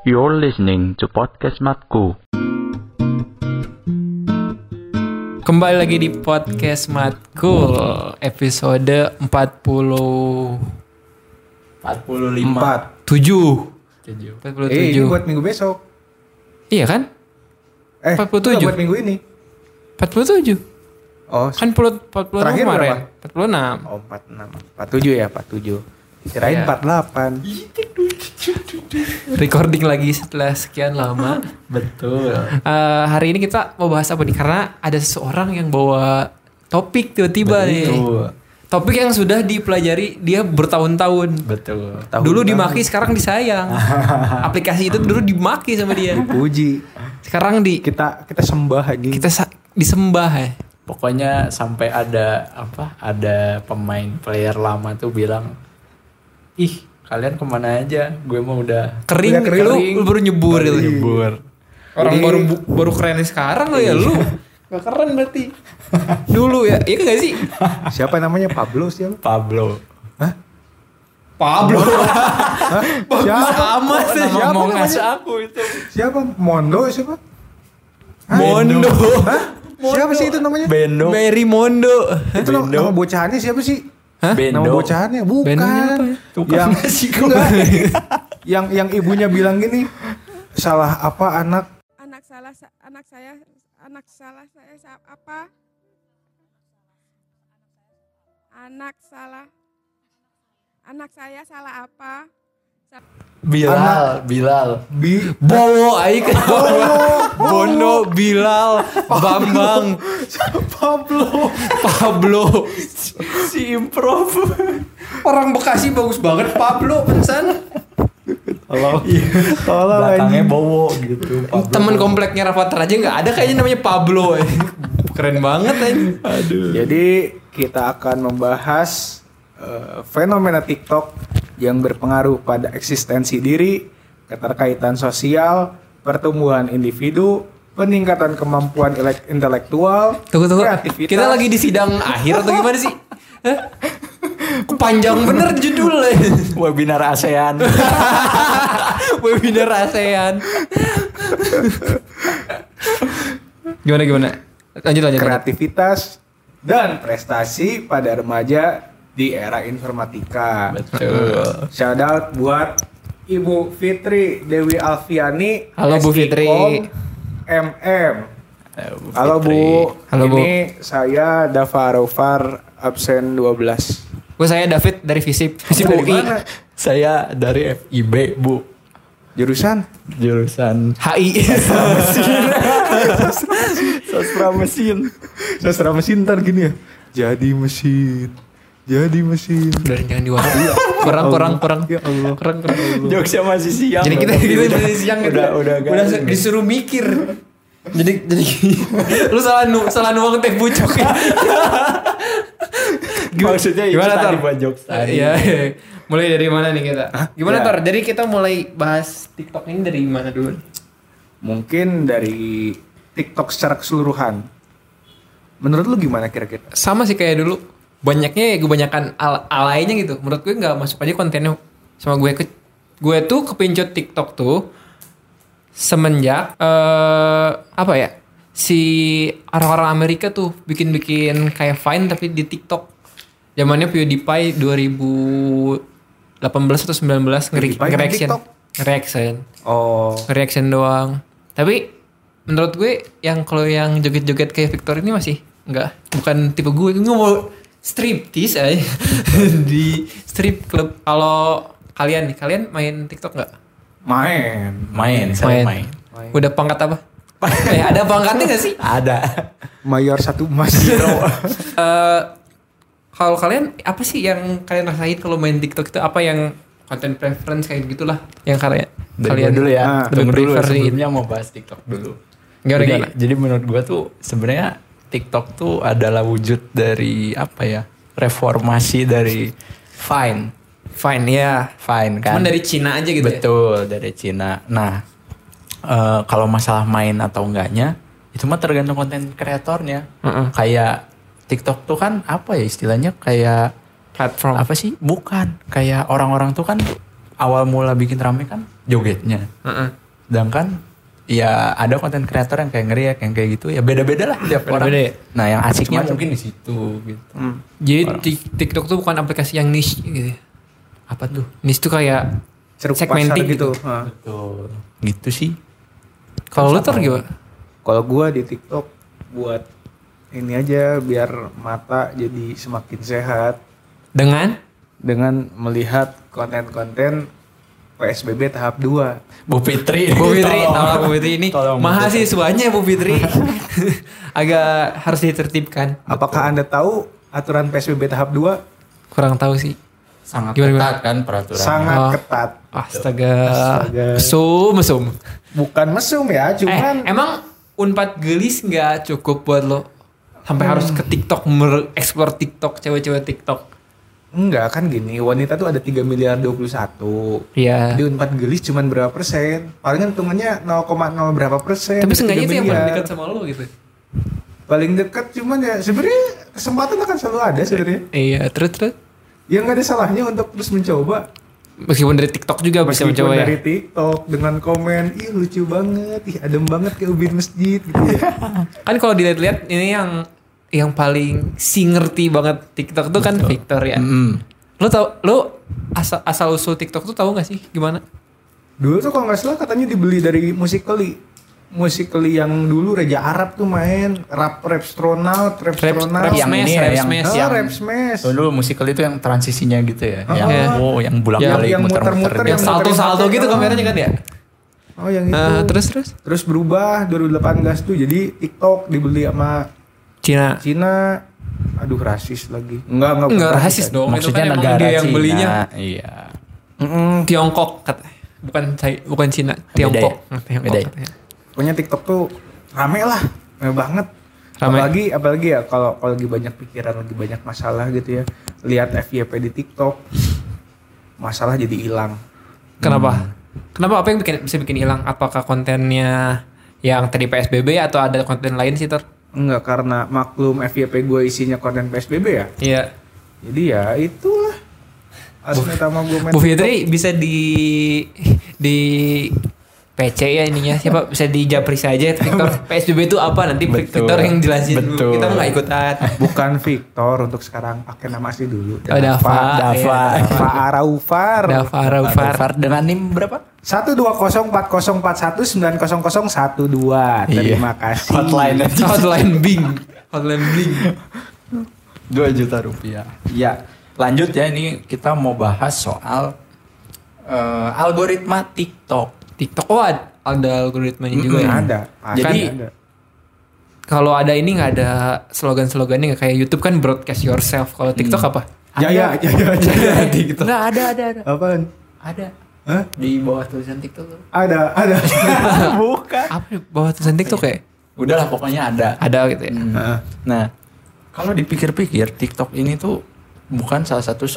You're listening to podcast Matku. Kembali lagi di podcast Matkul episode 40 45 7. ini buat minggu besok. Iya kan? 47. Buat minggu ini. 47. Oh, Kan 40 terakhir kemarin. berapa? 46. Oh 46. 47 ya, 47. Kirain Iya. 48. Recording lagi setelah sekian lama. Betul. Hari ini kita mau bahas apa nih? Karena ada seseorang yang bawa topik tiba-tiba nih. Topik yang sudah dipelajari dia bertahun-tahun. Betul. Dulu dimaki, sekarang disayang. Aplikasi itu dulu dimaki sama dia. Puji. Sekarang Kita sembah aja. kita disembah ya. Pokoknya sampai ada pemain player lama tuh bilang, ih kalian kemana aja? Gue mau udah Kering, lu baru nyebur gitu. nyebur. Orang baru keren sekarang lo ya lu. Gak keren berarti. Dulu ya, iya gak sih? Siapa namanya? Pablo siapa? Pablo. Pablo. Siapa? Sama sih. Siapa Mau namanya? ngasih aku itu. Siapa? Mondo siapa? Mondo. Hah? Siapa sih itu namanya? Bendo. Mary Mondo. Itu nama bocahannya siapa sih? Hah? Nama Bendo. bocahannya bukan. Bandnya apa ya? Tukang Yang nasi enggak. yang ibunya bilang gini, salah apa anak? Anak saya apa? Anak saya salah apa? Bilal. Bowo aing. Bono, Bilal, Bambang, Pablo. Si improv. Orang Bekasi bagus banget Pablo pesan. Tolong Belakangnya anjing. Bowo gitu. Pablo. Temen kompleknya Rafathar aja nggak ada kayaknya namanya Pablo. Keren banget anjing. Jadi kita akan membahas fenomena TikTok yang berpengaruh pada eksistensi diri, keterkaitan sosial, pertumbuhan individu, peningkatan kemampuan intelektual, Tunggu. kreativitas. Kita lagi di sidang akhir atau gimana sih? Hah? Panjang bener judulnya. Webinar ASEAN. Webinar ASEAN. Gimana? Lanjut. kreativitas dan prestasi pada remaja di era informatika. Betul. Shout out buat Ibu Fitri Dewi Alfiani. Halo, Bu Fitri. STKOM MM. Halo Bu. Halo, Bu. Ini saya Dava Raufar absen 12. Gue saya David dari Visip Dari UI. mana? Saya dari FIB, Bu. Jurusan? Jurusan HI. sastra mesin. Sastra mesin ntar gini ya. Jadi mesin. Udah jangan diwakil. Kurang. Ya Allah. Kurang. Jokesnya masih siang. Jadi kita masih siang gitu. Udah Disuruh mikir. Jadi lu salah nuang teh bucok ya. Maksudnya Gimana, itu tadi Tor? buat jokes tadi. Iya. Mulai dari mana nih kita? Gimana Ya. Tor? Jadi kita mulai bahas TikTok ini dari mana dulu? Mungkin dari TikTok secara keseluruhan. Menurut lu gimana kira-kira? Sama sih kayak dulu. Banyaknya ya kebanyakan alaynya gitu. Menurut gue nggak masuk aja kontennya sama gue. Gue tuh kepincut TikTok tuh semenjak apa ya? Si orang-orang Amerika tuh bikin kayak Vine tapi di TikTok. Zamannya PewDiePie 2018 atau 19 PewDiePie main TikTok? Nge-reaction doang. Tapi menurut gue kalau yang joget-joget kayak Victor ini masih bukan tipe gue. Gue mau striptease aja di strip club. Kalau kalian main TikTok nggak? Main. Saya main. Udah pangkat apa? Ada pangkatnya nggak sih? Ada. Mayor 1 emas. Kalau kalian apa sih yang kalian rasain kalau main TikTok itu, apa yang content preference kayak gitulah yang kalian Dulu ya. lebih Tunggu dulu prefer sebelumnya mau bahas TikTok dulu. Gimana? Jadi menurut gua tuh sebenarnya TikTok tuh adalah wujud dari reformasi dari Vine. Fine ya. Fine kan. Cuman dari Cina aja gitu ya. Betul, dari Cina. Nah, kalau masalah main atau enggaknya itu mah tergantung konten kreatornya. Kayak TikTok tuh kan apa ya istilahnya, kayak Platform. apa sih? Bukan. Kayak orang-orang tuh kan awal mula bikin rame kan jogetnya. Sedangkan ya ada konten kreator yang kayak ngeriak, yang kayak gitu ya beda-beda lah tiap orang. Beda-beda ya? Nah yang asiknya mungkin di situ gitu. Jadi TikTok tuh bukan aplikasi yang niche gitu. Apa tuh? Niche tuh kayak Ceruk segmenting pasar gitu. Betul. Gitu sih. Kalau lu tuh gimana? Kalau gua di TikTok buat ini aja biar mata jadi semakin sehat Dengan dengan melihat konten-konten PSBB tahap 2. Bu Fitri. Bu Fitri, tolong Bu Fitri ini Tolong, Bu mahasiswanya Bu Fitri. Agak harus ditertibkan. Apakah Anda tahu aturan PSBB tahap 2? Kurang tahu sih. Sangat Gimana, ketat kan peraturan. Sangat Oh. ketat. Astaga. Astaga. Mesum. Bukan mesum ya, cuman Emang Unpad gelis nggak cukup buat lo sampai harus ke TikTok explore TikTok, cewek-cewek TikTok. enggak kan gini, wanita tuh ada 3 miliar 21. Iya. Di Unpad gelis cuman berapa persen? Palingan hitungannya 0,0 berapa persen. Tapi dari seenggaknya 3 itu yang paling miliar. dekat sama lo gitu. Paling dekat cuman ya sebenarnya kesempatan akan selalu ada sebenarnya. Iya, terus. Ya nggak ada salahnya untuk terus mencoba. Meskipun dari TikTok juga bisa Meskipun mencoba ya. dari TikTok dengan komen, ih lucu banget, ih adem banget kayak ubin masjid gitu ya. Kan kalau dilihat-lihat ini yang paling ngerti banget TikTok tuh kan Victor ya. Lo asal usul TikTok tuh tahu nggak sih gimana? Dulu tuh kalau nggak salah katanya dibeli dari Musical.ly yang dulu Raja Arab tuh main rap Rapstronaut Rap yang Smash, ini ya, Rap yang- Smash. Ah, Rap Smash. Dulu musical itu yang transisinya gitu ya. Oh, yang iya. yang bulat Yang- balik yang muter-muter, gitu. Yang salto-salto gitu kameranya kan ya? Oh yang itu. Terus Terus berubah 2018 tuh jadi TikTok dibeli sama Cina. Cina. Aduh rasis lagi. Enggak Enggak rasis dong. Maksudnya itu kan emang negara dia yang Cina. belinya Iya. Tiongkok katanya. Bukan Cina, Tiongkok. Tiongkok Beda ya? katanya. Pokoknya TikTok tuh rame lah, rame banget. Rame. Apalagi ya kalau lagi banyak pikiran, lagi banyak masalah gitu ya. Lihat FYP di TikTok, masalah jadi hilang. Kenapa? Kenapa apa yang bisa bikin hilang? Apakah kontennya yang tadi PSBB atau ada konten lain sih, Tor? Enggak, karena maklum FYP gue isinya konten PSBB ya. Iya. Jadi ya itulah. Asli utama gue main Bu TikTok. Fitri bisa di PC ya ininya siapa bisa dijapri saja Victor PSBB itu apa nanti Betul. Victor yang jelasin dulu. Betul. Kita mau nggak ikutan. Bukan Victor untuk sekarang, pakai nama asli dulu. Oh, Dava. Dava. Dava Araufar. Dava Raufar. Far dengan NIM berapa? 1204040190012. Terima kasih. Hotline aja. Hotline Bing. Hotline Bing. 2 juta rupiah. Iya. Lanjut ya, ini kita mau bahas soal algoritma TikTok. TikTok ada algoritmanya juga ya. Ada. Jadi, ada. Kalau ada ini nggak ada slogan-slogannya nggak kayak YouTube kan broadcast yourself. Kalau TikTok apa? Jaya. TikTok. Nggak ada. Apaan? Ada. Hah? Di bawah tulisan TikTok tuh. Ada. Bukan. Apa nih, bawah tulisan TikTok ya? Udahlah pokoknya ada. Ada gitu ya. Heeh. Nah, kalau dipikir-pikir TikTok ini tuh bukan salah satu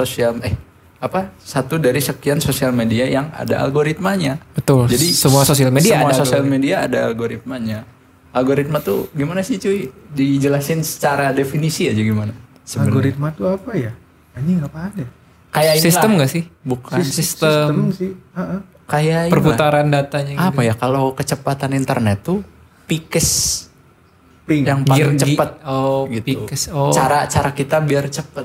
satu dari sekian sosial media yang ada algoritmanya. Betul. Jadi semua sosial media semua ada sosial algoritma. media ada algoritmanya. Algoritma tuh gimana sih cuy? Dijelasin secara definisi aja gimana? Sebenarnya. Algoritma tuh apa ya? Anjing apa ada? Kayak inilah. Sistem nggak sih? Bukan. Sistem sih. Heeh. Kayak inilah. Perputaran datanya gitu. Apa ya? Kalau kecepatan internet tuh peakes Ping. yang paling Gear- cepat. oh, gitu. peakes. Oh. Cara kita biar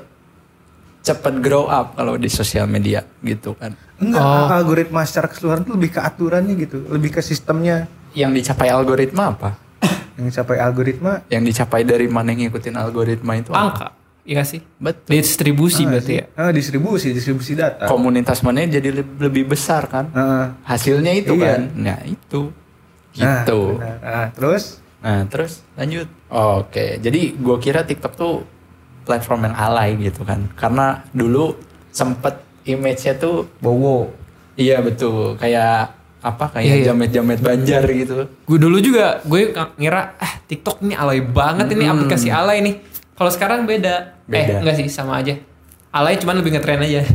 cepet grow up kalau di sosial media gitu kan. Enggak, Oh. algoritma secara keseluruhan tuh lebih ke aturannya gitu, lebih ke sistemnya. Yang dicapai algoritma apa? Yang dicapai algoritma Yang dicapai dari mana yang ngikutin algoritma itu apa? Angka. Iya sih. Betul. Distribusi berarti ya. distribusi data. Komunitas mana jadi lebih besar kan? Heeh. Hasilnya itu Iya. kan. Nah, itu. Nah, Gitu. benar. Nah, terus Nah, terus lanjut. Oke, jadi gua kira TikTok tuh platform yang alay gitu kan. Karena dulu sempet image-nya tuh Bowo. iya betul, kayak apa? Iya, iya. Kayak jamet-jamet Banjar gitu. Gue dulu juga gue ngira TikTok ini alay banget ini aplikasi alay nih. Kalau sekarang beda. Beda. Enggak sih sama aja. Alay cuman lebih ngetren aja.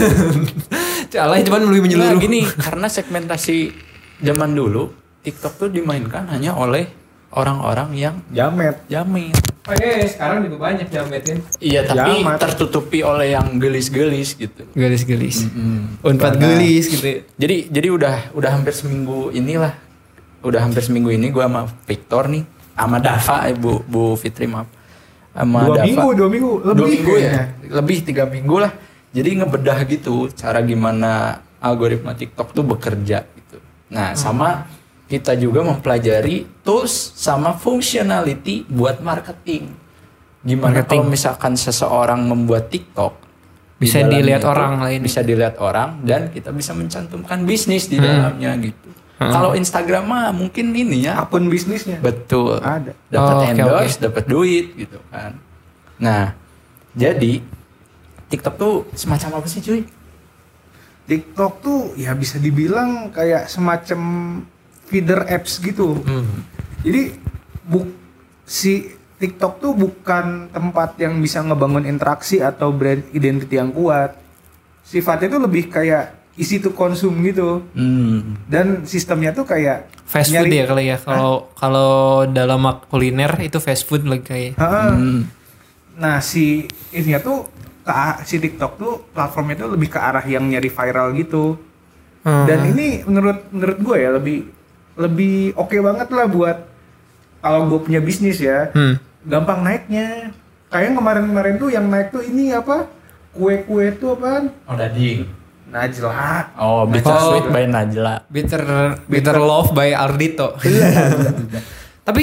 Alay cuman lebih menyeluruh. Nah, gini, karena segmentasi zaman dulu TikTok tuh dimainkan hanya oleh orang-orang yang Jamet. jamet. sekarang juga banyak jametin. Iya, tapi Jamet. tertutupi oleh yang gelis-gelis gitu. Gelis-gelis. Unpad gelis gitu. Jadi udah hampir seminggu inilah. Udah hampir seminggu ini gue sama Victor nih, sama Dava, Bu Fitri maaf. Sama 2 Dava. minggu, 2 minggu. Lebih 2 minggu ya. kayaknya. Lebih 3 minggu lah. Jadi ngebedah gitu cara gimana algoritma TikTok tuh bekerja gitu. Nah, sama kita juga mempelajari tools sama functionality buat marketing. Gimana kalau misalkan seseorang membuat TikTok Bisa di dalamnya dilihat itu orang lain. bisa dilihat orang dan kita bisa mencantumkan bisnis di dalamnya gitu. Kalau Instagram mah mungkin ini ya. Akun bisnisnya. Betul. Ada. Dapat Oke, endorse, dapat duit gitu kan. Nah, jadi TikTok tuh semacam apa sih, cuy? TikTok tuh ya bisa dibilang kayak semacam feeder apps gitu. Jadi si TikTok tuh bukan tempat yang bisa ngebangun interaksi atau brand identity yang kuat. Sifatnya tuh lebih kayak easy to consume gitu. Dan sistemnya tuh kayak Fast food ya kali ya. Kalau dalam kuliner itu fast food lagi kayak. Nah, si TikTok tuh platformnya tuh lebih ke arah yang nyari viral gitu. Dan ini menurut gue ya lebih oke banget lah buat kalau gue punya bisnis ya. Gampang naiknya. Kayak kemarin-kemarin tuh yang naik tuh ini apa? Kue-kue tuh apaan? Oh, dading. Najla. Oh, Bittersweet by Najla. Bitter Love by Ardito. Tapi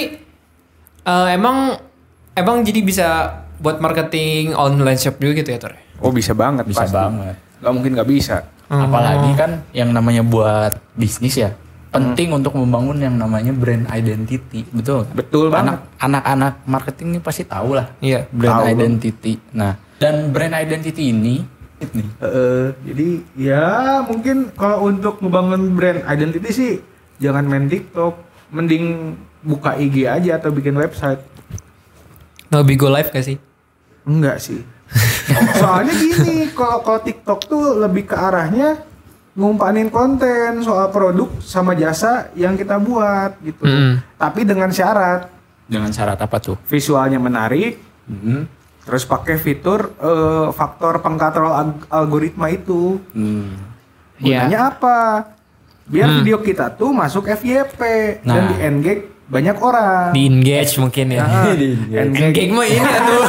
emang jadi bisa buat marketing online shop juga gitu ya, Tor? Oh, bisa banget. Bisa pasti. banget. Gak mungkin gak bisa. Apalagi kan yang namanya buat bisnis ya. Penting untuk membangun yang namanya brand identity, betul? Betul banget. Anak-anak marketing ini pasti tahu lah. Iya. Brand Tahu. identity. Nah, dan brand identity ini Jadi ya mungkin kalau untuk ngebangun brand identity sih jangan main TikTok, mending buka IG aja atau bikin website. Lebih go live gak sih? Enggak sih. Soalnya gini, kalau TikTok tuh lebih ke arahnya ngumpanin konten soal produk sama jasa yang kita buat gitu. Tapi dengan syarat dengan syarat apa tuh? visualnya menarik, terus pakai fitur faktor pengkontrol algoritma itu. Gunanya apa? Biar video kita tuh masuk FYP dan di engage banyak orang. Di engage mungkin ya. Engage mah ini tuh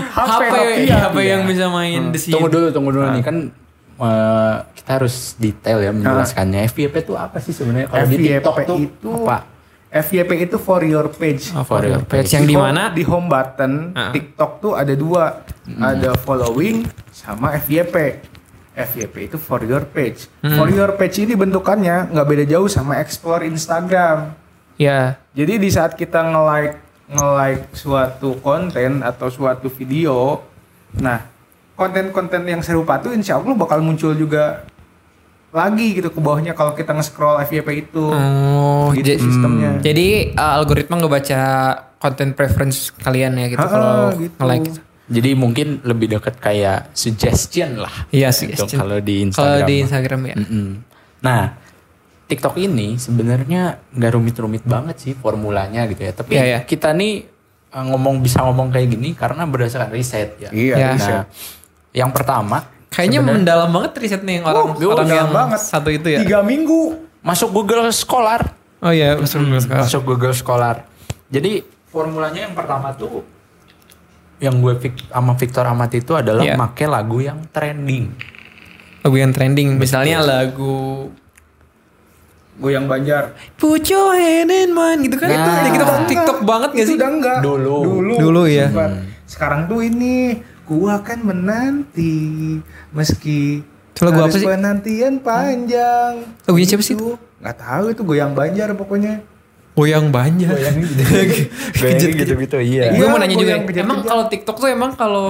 HP yang bisa main di sini. Tunggu dulu nih kan kita harus detail ya menjelaskannya. FYP itu apa sih sebenarnya? Kalau di TikTok tuh itu apa? FYP itu for your page. For your page yang di mana? Di home button TikTok tuh ada 2. Ada following sama FYP. FYP itu for your page. For your page ini bentukannya nggak beda jauh sama explore Instagram. Ya. Jadi di saat kita nge-like suatu konten atau suatu video, nah konten-konten yang serupa tuh insya Allah bakal muncul juga lagi gitu ke bawahnya kalau kita nge-scroll FYP itu. Gitu sistemnya. Jadi algoritma ngebaca konten preference kalian ya gitu kalau gitu. nge-like gitu. Jadi mungkin lebih dekat kayak suggestion lah. Iya gitu, suggestion. kalau di Instagram. Kalau di Instagram ya. Nah, TikTok ini sebenarnya nggak rumit-rumit banget sih formulanya gitu ya. Tapi Iya. kita nih bisa ngomong kayak gini karena berdasarkan riset ya. Iya, Ya. riset. Nah, yang pertama Kayaknya mendalam banget risetnya yang orang yang banget. satu itu ya. 3 minggu. masuk Google Scholar. Oh iya, Masuk Google Scholar. Jadi formulanya yang pertama tuh yang gue sama Victor amati itu adalah Iya. make lagu yang trending. Lagu yang trending, misalnya lagu Goyang Banjar. Put your hand in mine gitu kan. Nah. Itu TikTok banget gak sih? Itu udah enggak. Dulu ya. Sekarang tuh ini gua akan menanti meski Itu lagu apa harus sih? penantian panjang. Lagunya siapa sih? Nggak tahu itu Goyang Banjar pokoknya. Goyang Banjar. gitu-gitu iya. Gue Iya, mau nanya juga, goyang kejar-kejar. emang kalau TikTok tuh emang kalau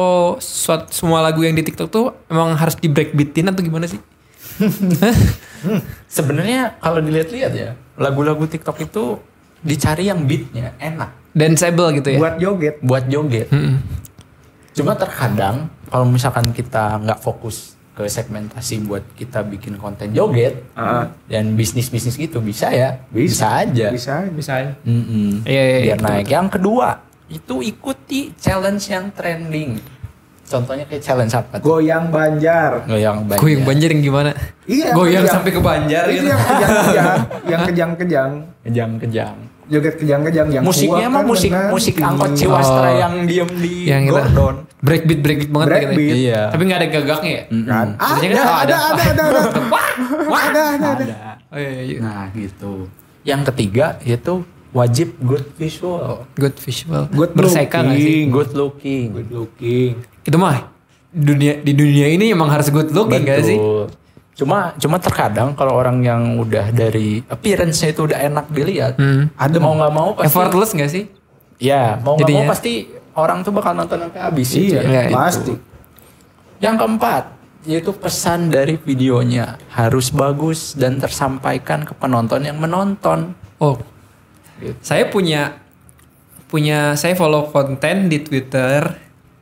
semua lagu yang di TikTok tuh emang harus di breakbeatin atau gimana sih? Sebenarnya kalau dilihat-lihat ya, lagu-lagu TikTok itu dicari yang beatnya enak Danceable gitu ya? Buat joget. buat joget. Cuma terkadang kalau misalkan kita nggak fokus ke segmentasi buat kita bikin konten joget dan bisnis gitu bisa ya, bisa aja. Bisa. Bisa aja. Mm-mm. Iya, Biar betul, naik. Yang kedua itu ikuti challenge yang trending. Contohnya kayak challenge apa tuh? Goyang Banjar. Goyang Banjar. Goyang Banjar yang gimana? Iya. Goyang kejang. sampai ke Banjar Itu gitu. yang kejang-kejang, yang kejang-kejang, Kejang-kejang. joget kejang-kejang yang Musiknya mah kuat kan musik benar. angkot Ciwastra Oh. yang diem di Yang itu. Gordon. Breakbeat banget Breakbeat. gitu. Iya. Tapi nggak ada gagaknya ya? Kan? Biasanya kan Ada. Ada. Oh iya, iya. Nah gitu. Yang ketiga yaitu wajib good visual. Good visual. Good Berseka nggak sih? Good looking. Good looking. Itu mah di dunia ini emang harus good looking nggak sih? Cuma terkadang kalau orang yang udah dari appearance-nya itu udah enak dilihat, Ada mau nggak mau pasti. Effortless nggak sih? Ya, mau nggak mau Jadinya- pasti orang tuh bakal nonton sampai habis sih. Iya, Iya, itu. pasti. Yang keempat, yaitu pesan dari videonya harus bagus dan tersampaikan ke penonton yang menonton. Oh, Gitu. saya saya follow konten di Twitter.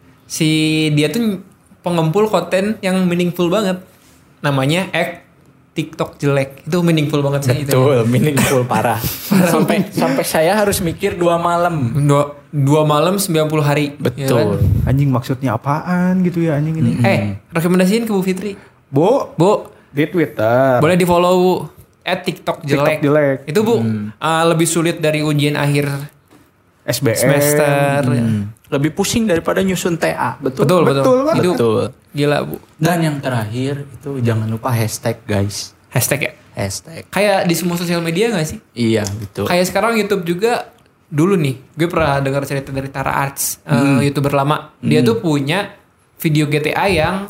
Dia tuh pengempul konten yang meaningful banget. Namanya TikTok jelek. Itu meaningful banget sih itu. Betul, meaningful parah. sampai saya harus mikir 2 malam. Dua malam 90 hari. Betul. Ya Anjing maksudnya apaan gitu ya anjing ini? kan? Rekomendasiin ke Bu Fitri. Bu, Bu, di Twitter. boleh di follow @TikTok jelek. TikTok jelek. Itu Bu, lebih sulit dari ujian akhir SBM. semester. Lebih pusing daripada nyusun TA. Betul. Betul. Betul banget. Itu Betul. gila Bu. Dan yang terakhir itu jangan lupa hashtag guys. Hashtag ya. Hashtag. Kayak di semua sosial media gak sih? Iya betul. Kayak sekarang YouTube juga dulu nih, gue pernah dengar cerita dari Tara Arts, YouTuber lama. Dia tuh punya video GTA yang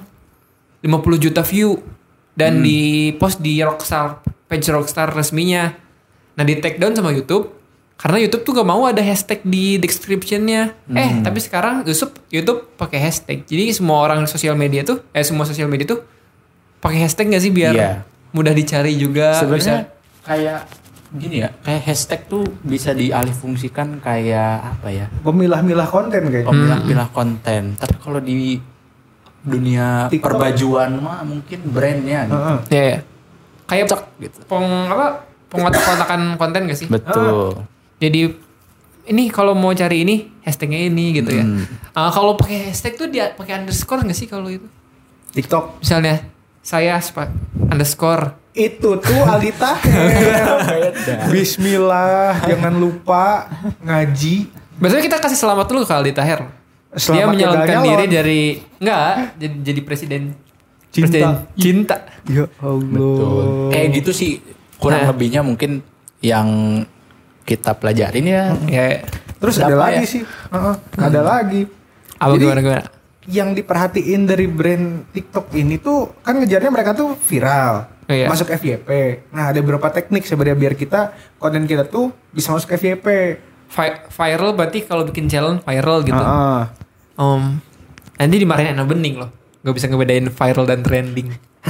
50 juta view dan di post di page Rockstar resminya. Nah, di take down sama YouTube karena YouTube tuh gak mau ada hashtag di description-nya. Tapi sekarang YouTube pakai hashtag. Jadi semua orang semua sosial media tuh pakai hashtag gak sih biar Iya. mudah dicari juga. Sebenarnya kayak gini ya, kayak hashtag tuh bisa dialihfungsikan kayak apa ya? Pemilah-milah konten kayaknya. Pemilah-pilah konten. Tapi kalau di dunia TikTok. perbajuan mah mungkin brandnya gitu. Heeh. Ya, ya. Kayak Gitu. pengotak-kotakan konten gak sih? Betul. Jadi ini kalau mau cari ini hashtagnya ini gitu ya. Kalau pakai hashtag tuh dia pakai underscore gak sih kalau itu? TikTok. Misalnya saya underscore. Itu tuh Aldi Taher. Bismillah, jangan lupa ngaji. Biasanya kita kasih selamat dulu ke Aldi Taher. Dia Selamat menyalurkan gagal diri nyalon. dari jadi presiden Cinta. presiden cinta. Ya Allah. Kayak gitu sih kurang lebihnya mungkin yang kita pelajarin ya. Ya. Terus Apa ada ya? lagi sih. Ada lagi. Apa Jadi, gimana? Yang diperhatiin dari brand TikTok ini tuh kan ngejarnya mereka tuh viral. Iya. Masuk FYP. Nah, ada beberapa teknik sebenarnya biar kita konten kita tuh bisa masuk FYP. Viral berarti kalau bikin challenge viral gitu. Heeh. Nanti dimarahin Eno Bening loh. Gak bisa ngebedain viral dan trending.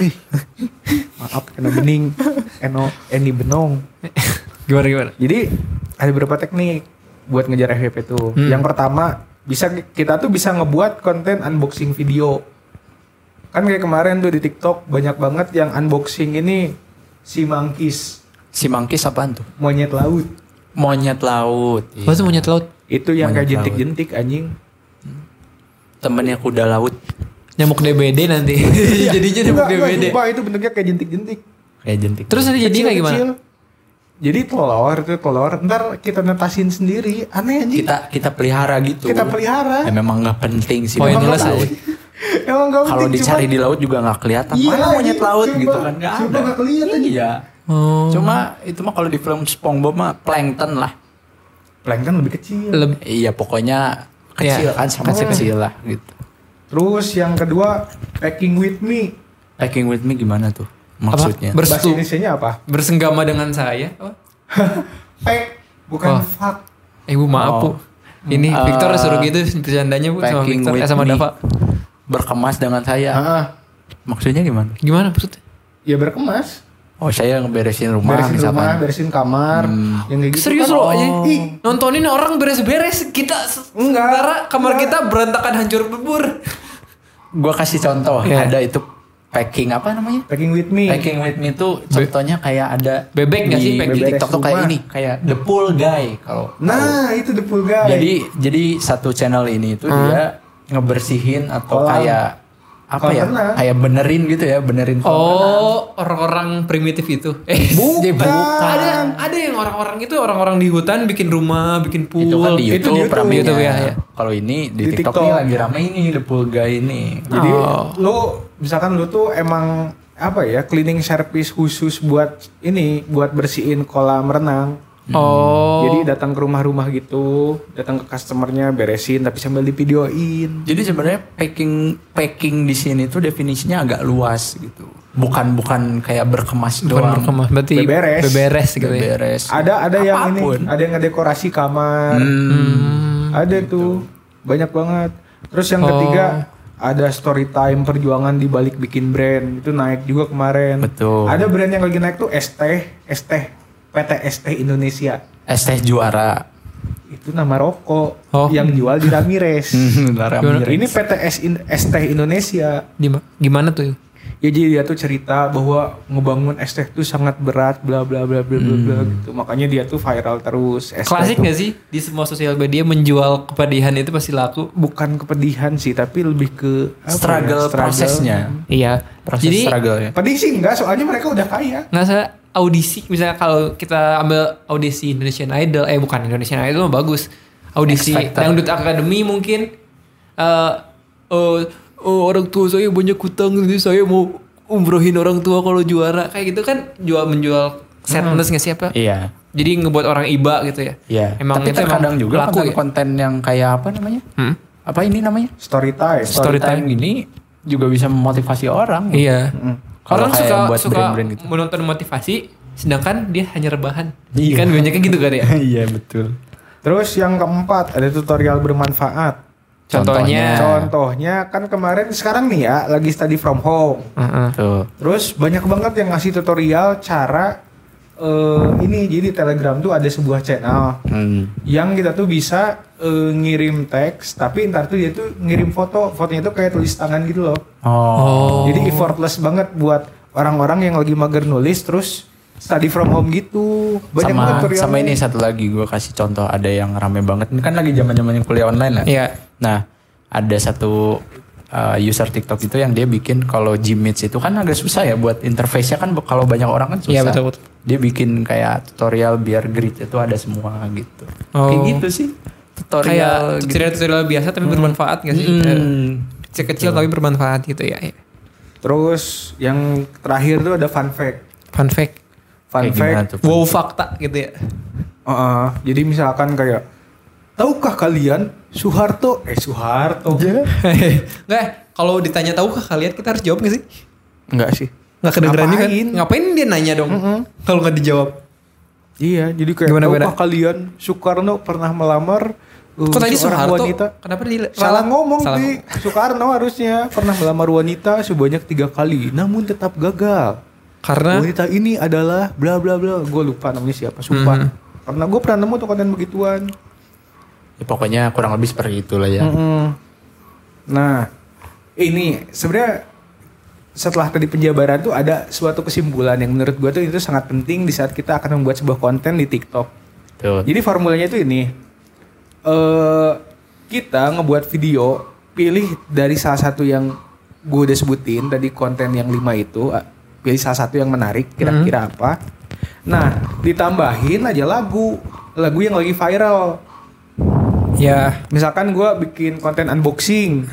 Maaf, Eno Bening, Eni Benong. Gimana? Jadi ada beberapa teknik buat ngejar FYP tuh. Yang pertama, kita tuh bisa ngebuat konten unboxing video. Kan kayak kemarin tuh di TikTok banyak banget yang unboxing ini si Mangkis, Si Mangkis apaan tuh? monyet laut. Monyet laut. Iya. Apa tuh monyet laut? Itu yang Monyet kayak jentik-jentik anjing. Temennya kuda laut. Nyamuk DBD nanti. Jadinya nyamuk DBD. Sumpah, itu bentuknya kayak jentik-jentik. Kayak jentik. Terus nanti jadi kayak gimana? Kecil. Jadi telur, ntar kita netasin sendiri. Aneh anjing. Kita pelihara gitu. Kita pelihara. Ya, memang nggak penting sih. Pointless monyet laut. aja. Emang gak Kalau penting, dicari cuman- di laut juga nggak kelihatan. Iya, Mana monyet anjing, laut coba. gitu kan? Nggak Coba ada. nggak kelihatan. Iya. Oh. Cuma itu mah kalau di film SpongeBob mah plankton lah. Plankton lebih kecil. Iya pokoknya kecil Iya, kan sama kecil lah gitu. Terus yang kedua, packing with me. Packing with me gimana tuh maksudnya? Bahasa Indonesianya apa? Bersenggama dengan saya. Apa? Pack, bukan Oh. fuck. Ibu maaf Bu. Ini Eh, Victor suruh gitu bercandanya Bu sama packing Victor with sama me. Dava. Berkemas dengan saya. Ah, Maksudnya gimana? Gimana maksudnya? ya berkemas. Oh saya ngeberesin rumah Beresin misalkan. rumah, beresin kamar, yang kayak gitu. Serius kan. loh aja. Ih, Nontonin orang beres-beres kita Enggak. sementara kamar kita berantakan hancur lebur. Gua kasih contoh. Iya. Ada itu packing apa namanya? Packing with me. Packing with me itu contohnya kayak ada Bebek nggak sih di packing? TikTok tuh kayak Rumah. ini, kayak The Pool Guy kalau. Nah, itu the pool guy. Jadi satu channel ini tuh dia ngebersihin atau Kolam. kayak apa Kolam ya? renang. Kayak benerin gitu ya, benerin kolam renang. Oh, orang-orang primitif itu. Bukan. Ada yang orang-orang di hutan bikin rumah, bikin pool. Itu kan di Itu YouTube, di ramenya. YouTube, ya. Kalau ini Di di, TikTok, TikTok. nih lagi rame ini The Pool Guy ini. Jadi lu misalkan lu tuh emang apa ya, cleaning service khusus buat ini, buat bersihin kolam renang. Oh. Jadi datang ke rumah-rumah gitu, datang ke customernya beresin tapi sambil divideoin. Jadi sebenarnya packing di sini tuh definisinya agak luas gitu. Bukan kayak berkemas Bukan doang. berkemas, berarti Beberes. beberes gitu ya. Beberes. Ada yang Apapun. ini, ada yang ngedekorasi kamar. Ada tuh banyak banget. Terus yang ketiga ada story time perjuangan di balik bikin brand, itu naik juga kemarin. Betul. Ada brand yang lagi naik tuh PT ST Indonesia. Es teh juara. Itu nama rokok Oh. yang jual di Ramirez. Ramirez. Ini PT ST Indonesia. Gimana tuh? Ya jadi dia tuh cerita bahwa ngebangun es teh tuh sangat berat, bla bla bla bla bla bla gitu. Makanya dia tuh viral terus. Es teh Klasik tuh gak sih di semua sosial media menjual kepedihan itu pasti laku? bukan kepedihan sih, tapi lebih ke apa Struggle ya, prosesnya. Iya. Proses Jadi struggle ya. Pedih sih enggak, soalnya mereka udah kaya. nggak usah audisi, misalnya kalau kita ambil audisi Indonesian Idol, bukan Indonesian Idol mah bagus. Audisi X Factor. Dangdut Academy mungkin orang tua saya banyak hutang, jadi saya mau umrohin orang tua kalau juara. Kayak gitu kan menjual sadness nggak sih apa? Iya. Jadi ngebuat orang iba gitu ya. Iya. Emang Tapi itu terkadang emang juga laku ya? konten-konten yang kayak apa namanya? Apa ini namanya? Story time. Story time. gini juga bisa memotivasi orang. Iya. Kalau Orang kayak suka buat suka brand-brand gitu. menonton motivasi, sedangkan dia hanya rebahan. Iya. Kan banyaknya gitu kan ya. Iya betul. Terus yang keempat ada tutorial bermanfaat. Contohnya kan kemarin sekarang nih ya lagi study from home. Tuh. Terus banyak banget yang ngasih tutorial cara ini, jadi Telegram tuh ada sebuah channel yang kita tuh bisa ngirim teks, tapi ntar tuh dia tuh ngirim fotonya tuh kayak tulis tangan gitu loh. Oh. Jadi effortless banget buat orang-orang yang lagi mager nulis terus study from home gitu. Banyak banget tutorialnya. Sama ini satu lagi gue kasih contoh, ada yang rame banget. Ini kan lagi zaman-zamannya kuliah online lah. Iya. Nah, ada satu user TikTok itu yang dia bikin kalau Gmeets itu kan agak susah ya buat interface-nya kan, kalau banyak orang kan susah. Iya, betul. Dia bikin kayak tutorial biar grid itu ada semua gitu. Oh. Kayak gitu sih. Tutorial Kayak gitu. tutorial biasa tapi bermanfaat gak sih? Kecil-kecil tapi bermanfaat gitu ya. Terus yang terakhir tuh ada fun fact. Fun fact. Fun Kayak gimana fact. tuh? Wow fakta gitu ya. Jadi misalkan kayak, tahukah kalian Soeharto? Nggak, kalau ditanya tahukah kalian, kita harus jawab gak sih? Enggak sih. Nggak kedengeran juga kan? Ngapain? Ngapain dia nanya dong? Kalau nggak dijawab. Iya, jadi kayak Gimana, tahukah kalian Soekarno pernah melamar Kok tadi seorang Soeharto? wanita? Kenapa dia Salah ngomong Salah sih. Soekarno harusnya pernah melamar wanita sebanyak 3 kali, namun tetap gagal. Karena Wanita ini adalah bla bla bla. Gue lupa namanya siapa, sumpah. Karena gue pernah nemu tuh konten begituan. Ya, pokoknya kurang lebih seperti itulah ya. Nah, ini sebenarnya setelah tadi penjabaran tuh ada suatu kesimpulan yang menurut gue tuh itu sangat penting di saat kita akan membuat sebuah konten di TikTok. Tuh. Jadi formulanya itu ini, kita ngebuat video, pilih dari salah satu yang gue udah sebutin tadi, konten yang 5 itu, pilih salah satu yang menarik, kira-kira apa. Nah, ditambahin aja lagu yang lagi viral. ya Misalkan gue bikin konten unboxing,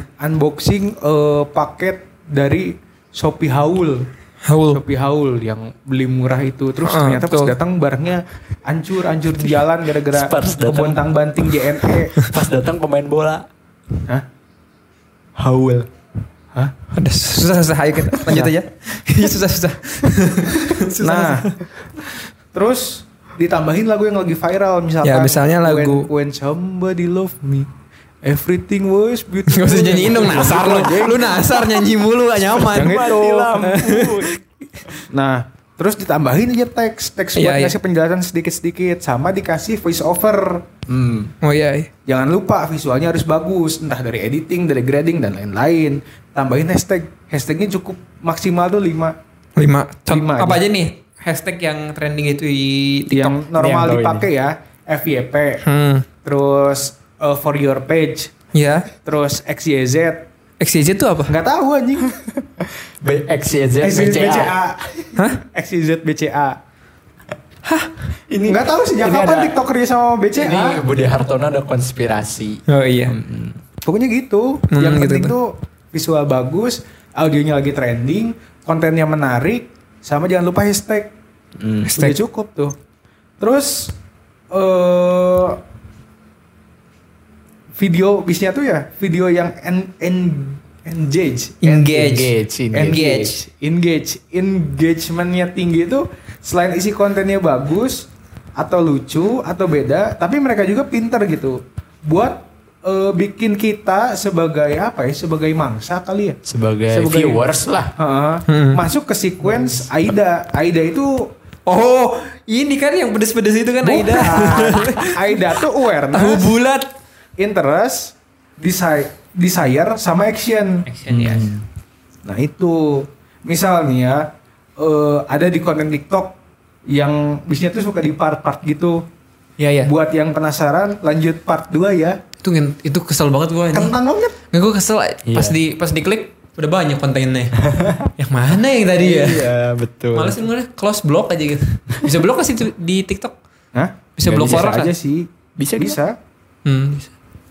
paket dari Shopee Haul. Shopee Haul yang beli murah itu, terus ternyata pas betul. datang barangnya hancur di jalan gara-gara Pas datang. kebontang-banting JNE. Pas datang pemain bola. Hah? Haul. Hah? ada susah ayo kita lanjut aja. susah. Nah, terus ditambahin lagu yang lagi viral, misalkan Ya, misalnya lagu- When Somebody Love Me, Everything Was Beautiful. Gak usah nyanyiin dong, nasar lu nasar nyanyi mulu gak nyaman. Yang itu. lampu. Nah, terus ditambahin aja teks buat Iya, iya. ngasih penjelasan sedikit-sedikit, sama dikasih voice over. Oh iya. Jangan lupa visualnya harus bagus, entah dari editing, dari grading dan lain-lain. tambahin hashtag. Hashtagnya cukup maksimal tuh 5. 5. Lima Apa aja. aja nih hashtag yang trending itu di TikTok? Yang normal Yang tahu dipakai ya. FYP. Terus for your page. Ya. Terus XYZ. XYZ itu apa? Nggak tahu anjing. XYZ XYZ BCA. BCA. Hah? XYZ BCA. Ini nggak tahu sejak ini kapan ada- TikTok kerja sama BCA. Ini Budi Hartono ada konspirasi. Oh iya. Pokoknya gitu. Yang penting tuh visual bagus, audionya lagi trending, kontennya menarik, sama jangan lupa hashtag. Hashtag. Udah cukup tuh. Terus video bisnya tuh ya video yang engagementnya tinggi itu selain isi kontennya bagus atau lucu atau beda, tapi mereka juga pinter gitu buat bikin kita sebagai apa ya, sebagai mangsa kali ya, Sebagai viewers lah. masuk ke sequence Aida itu. Oh, ini kan yang pedes-pedes itu kan Aida. Aida tuh Tahu awareness, bulat. interest, desire sama action. Action ya. Nah itu misalnya ada di konten TikTok yang bisnya tuh suka di part-part gitu. Iya ya. Buat yang penasaran lanjut part 2 ya. Itu kesel banget gue. Kentang banget. Nggak, gue kesel pas diklik udah banyak kontennya. Yang mana yang tadi ya? Iya, betul. Malesin gue close block aja gitu. Bisa blok gak sih di TikTok? Hah? Bisa Nggak blok bisa orang aja kan? sih. Bisa. Bisa. Bisa.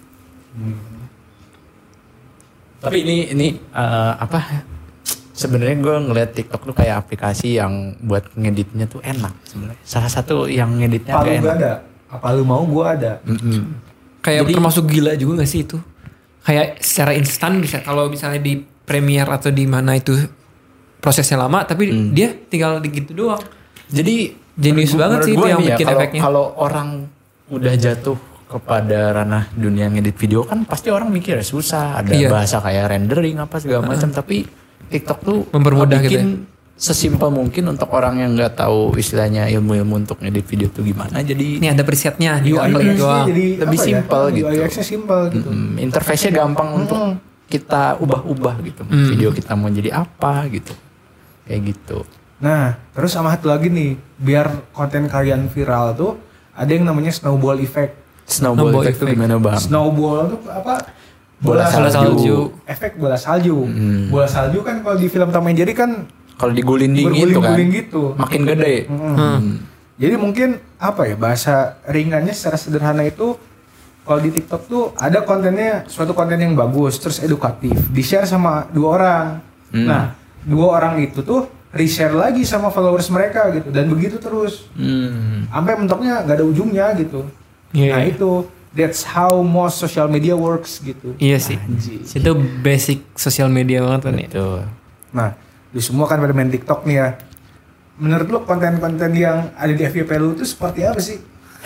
Tapi ini apa? Sebenarnya gue ngeliat TikTok tuh kayak aplikasi yang buat ngeditnya tuh enak sebenarnya. Salah satu yang ngeditnya Apa agak lu enak. gak ada? Apa lu mau gua ada? Kayak Jadi- termasuk gila juga gak sih itu? Kayak secara instan bisa kalau misalnya di Premiere atau di mana itu prosesnya lama, tapi dia tinggal gitu doang. Jadi Jenius banget sih itu yang bikin efeknya. Kalau orang udah jatuh kepada ranah dunia ngedit video kan pasti orang mikir ya susah, ada Iya. bahasa kayak rendering apa segala macam, tapi TikTok tuh Mempermudah gitu bikin sesimpel mungkin untuk orang yang nggak tahu istilahnya ilmu-ilmu untuk ngedit video tuh gimana. Jadi Ini ada presetnya, tinggal UI klik doang. jadi Lebih apa ya? simple gitu. UI nya simple gitu. interface-nya gampang untuk kita ubah-ubah gitu. Video kita mau jadi apa gitu. Kayak gitu. Nah, terus sama satu lagi nih, biar konten kalian viral tuh ada yang namanya snowball effect. Snowball Snowball effect tuh effect. gimana bang? Snowball tuh apa? Bola salju. Efek bola salju. Bola salju kan kalau di film Tom and Jerry kan Kalau digulinding gitu kan, berguling-guling gitu. makin gede. Jadi mungkin apa ya, bahasa ringannya secara sederhana itu kalau di TikTok tuh ada kontennya, suatu konten yang bagus terus edukatif, di-share sama 2 orang. Nah, 2 orang itu tuh reshare lagi sama followers mereka gitu, dan begitu terus. Sampai mentoknya nggak ada ujungnya gitu. Iya, Nah iya. itu that's how most social media works gitu. Iya sih. Itu basic sosial media banget kan ya. Tuh. Nah, lu semua kan pada main TikTok nih ya. Menurut lu konten-konten yang ada di FYP lu itu seperti apa sih?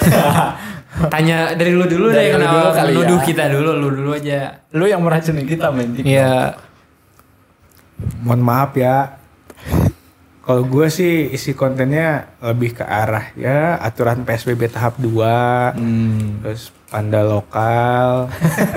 Tanya dari lu dulu Dari deh, lu dulu kali ya. nuduh kita dulu, lu dulu aja. Lu yang meracuni kita main TikTok. Iya. Mohon maaf ya. Kalau gue sih isi kontennya lebih ke arah ya aturan PSBB tahap 2, terus panda lokal,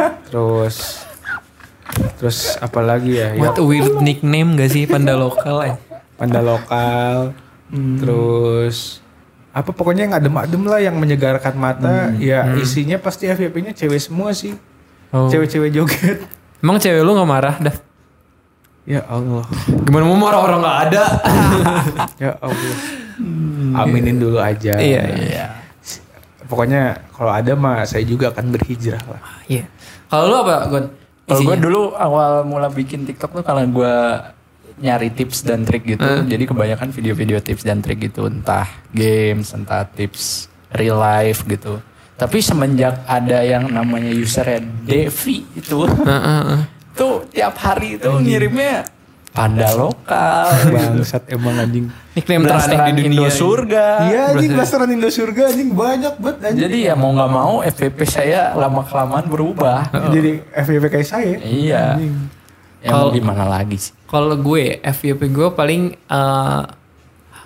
terus apa lagi ya? What a weird nickname gak sih panda lokal ya? Panda lokal, terus apa pokoknya yang adem-adem lah yang menyegarkan mata. Ya isinya pasti FYP-nya cewek semua sih, Oh. cewek-cewek joget. Emang cewek lu gak marah dah? Ya Allah, Gimana mau marah orang gak ada? ya Allah. Aminin dulu aja. Iya. Pokoknya kalau ada mah saya juga akan berhijrah lah. Iya. Kalau lu apa, Gon? Kalau gue Isinya? dulu awal mula bikin TikTok tuh karena gue nyari tips dan trik gitu. Jadi kebanyakan video-video tips dan trik gitu, entah games, entah tips real life gitu. Tapi semenjak ada yang namanya usernya Devi itu, tuh tiap hari itu ngirimnya panda lokal, Bangsat emang anjing. Nickname teraneh di dunia. Indo surga. Iya anjing, blasteran Indo surga anjing banyak banget anjing. Jadi ya mau nggak mau FVP saya lama kelamaan berubah. Jadi FYP kayak saya. Iya. Ya mau gimana lagi sih? Kalau gue, FYP gue paling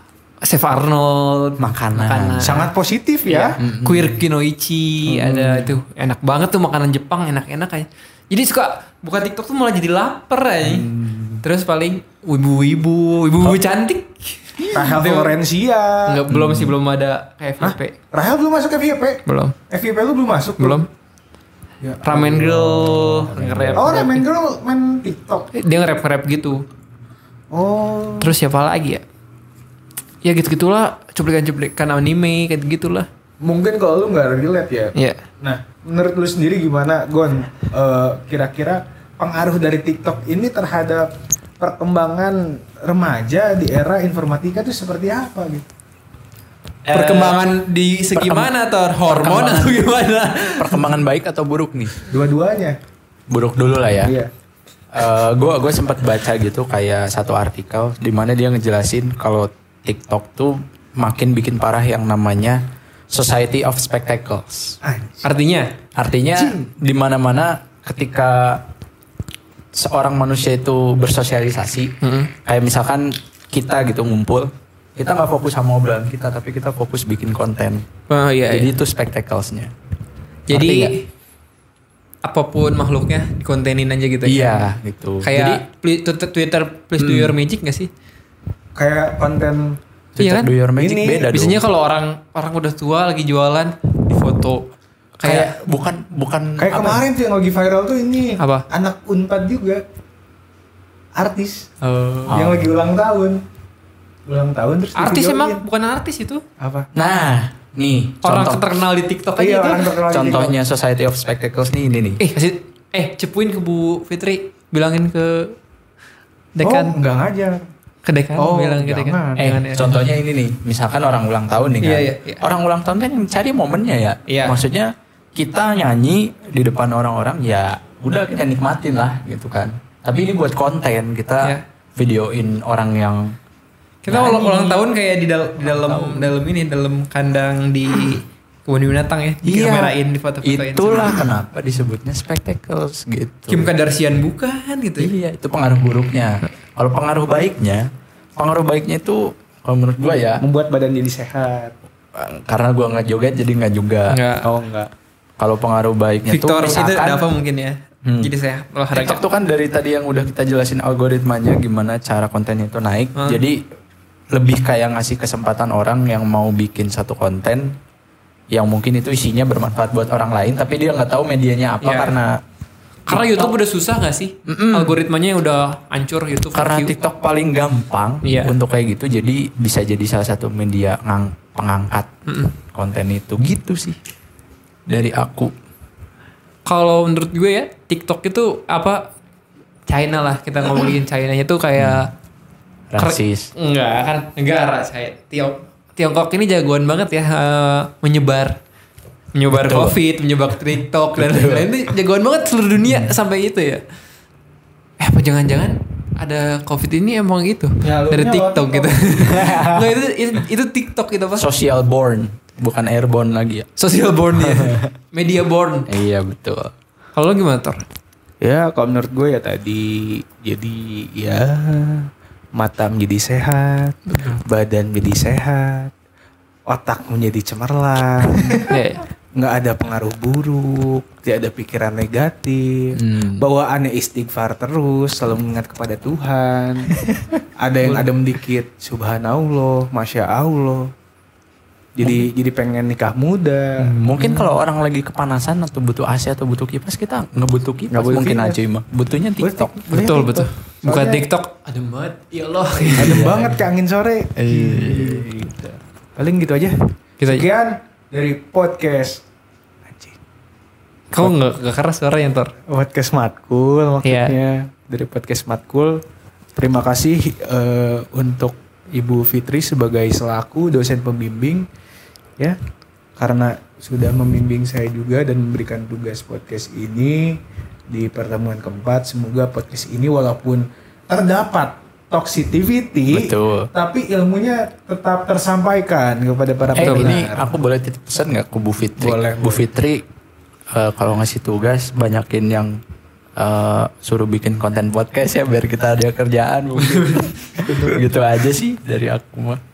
Chef Arnold, Makanan. Sangat positif ya. Queer Kinoichi, ada itu enak banget tuh makanan Jepang, enak-enak aja. Jadi suka buka TikTok tuh malah jadi lapar aja. Terus paling wibu-wibu cantik. Rahel Florencia. Enggak, belum ada kayak FYP. Rahel belum masuk FYP? Belum. FYP lu belum masuk? Belum. Ya. Ramen Girl nge-rap. Oh, Ramen Girl main TikTok. Dia nge-rap gitu. Oh. Terus siapa lagi ya? Ya gitu-gitulah, cuplikan-cuplikan anime kayak gitulah. Mungkin kalau lu nggak relate ya. Iya. Nah, menurut lu sendiri gimana, Gon? Kira-kira pengaruh dari TikTok ini terhadap perkembangan remaja di era informatika itu seperti apa gitu? Perkembangan di segi mana, Tor? Hormon atau gimana? Perkembangan baik atau buruk nih? Dua-duanya. Buruk dulu lah ya. Iya. Gue sempat baca gitu kayak satu artikel di mana dia ngejelasin kalau TikTok tuh makin bikin parah yang namanya Society of Spectacles. Artinya di mana-mana ketika seorang manusia itu bersosialisasi, kayak misalkan kita gitu ngumpul, kita nggak fokus sama obrolan kita, tapi kita fokus bikin konten. Oh iya. Jadi itu spectacles-nya. Jadi apapun makhluknya dikontenin aja gitu. Iya gitu. Kayak Twitter please do your magic nggak sih? Kayak konten Iya kan? Do your magic Ini beda biasanya dong. kalau orang udah tua lagi jualan di foto Kayak bukan kayak apa? kemarin tuh yang lagi viral tuh ini Apa? anak Unpad juga artis Oh. yang lagi ulang tahun terus Artis divideoin. emang bukan artis itu. apa? Nah, nih Orang contoh. terkenal di TikTok aja Iya, itu. orang terkenal di Contohnya Society of Spectacles nih ini nih. Cepuin ke Bu Fitri, bilangin ke TikTok. dekan, Oh, enggak ngajar. ke dekan, Oh, bilang ke dekan. jangan. Jangan ya. Contohnya ini nih, misalkan orang ulang tahun nih kan. Iya. Orang ulang tahun kan cari momennya ya. Iya. Maksudnya kita nyanyi di depan orang-orang ya udah kita nikmatin lah gitu kan. Tapi ini buat konten kita Iya. videoin orang yang Kita ulang tahun kayak di dalam kandang di kebun binatang ya. Dikamerain di foto-fotoin. Itulah kenapa disebutnya spectacles gitu. Kim Kardashian bukan gitu ya. Iya, itu pengaruh buruknya. Kalau pengaruh baiknya itu kalau menurut gua ya, Membuat badan jadi sehat. karena gua nggak joget jadi nggak juga. Enggak. Oh, enggak. Kalau pengaruh baiknya Victor tuh itu misalkan apa mungkin ya. Jadi saya olahraga. TikTok tuh kan dari tadi yang udah kita jelasin algoritmanya gimana cara kontennya itu naik. Jadi lebih kayak ngasih kesempatan orang yang mau bikin satu konten yang mungkin itu isinya bermanfaat buat orang lain tapi dia nggak tahu medianya apa Iya. karena YouTube udah susah gak sih? Algoritmanya udah hancur YouTube. karena review. TikTok paling gampang Iya. untuk kayak gitu jadi bisa jadi salah satu media pengangkat konten itu gitu sih dari aku. Kalau menurut gue ya TikTok itu apa? China lah, kita ngomongin China-nya tuh kayak Rasis. enggak kan negara saya. Tiongkok ini jagoan banget ya menyebar Betul. COVID, menyebar TikTok dan lain-lain itu jagoan banget seluruh dunia sampai itu ya. Apa jangan-jangan ada COVID ini emang itu Ya, dari lu TikTok nyawa gitu. Nggak, itu TikTok gitu apa? Social born bukan airborne lagi ya. Social born ya. Media born. Iya betul. Kalau lo gimana, Tor? Ya, kalau menurut gue ya tadi jadi ya mata menjadi sehat, badan menjadi sehat, otak menjadi cemerlang, Ya. nggak ada pengaruh buruk, tidak ada pikiran negatif, bawaannya istighfar terus, selalu mengingat kepada Tuhan. Ada yang adem dikit, subhanallah, masya Allah. Jadi pengen nikah muda. Mungkin kalau orang lagi kepanasan atau butuh AC atau butuh kipas kita nggak butuh kipas Nggak butuh mungkin kipas. aja mah butuhnya TikTok. Betul. Buka Soalnya- TikTok adem banget. Ya Allah. Adem banget ke angin sore. Gitu. Paling gitu aja. Gitu aja. Sekian dari podcast. Anjing. Kau nggak keras suaranya, Tor? Podcast Matkul maksudnya. Dari podcast Matkul. Terima kasih untuk Ibu Fitri sebagai selaku dosen pembimbing ya. Karena sudah membimbing saya juga dan memberikan tugas podcast ini di pertemuan keempat. Semoga podcast ini walaupun terdapat toxicity, Betul. tapi ilmunya tetap tersampaikan kepada para Ini pendengar. aku boleh titip pesan nggak ke Bu Fitri? Boleh, Bu Fitri kalau ngasih tugas banyakin yang suruh bikin konten podcast ya biar kita ada kerjaan mungkin. Gitu aja sih dari aku mah.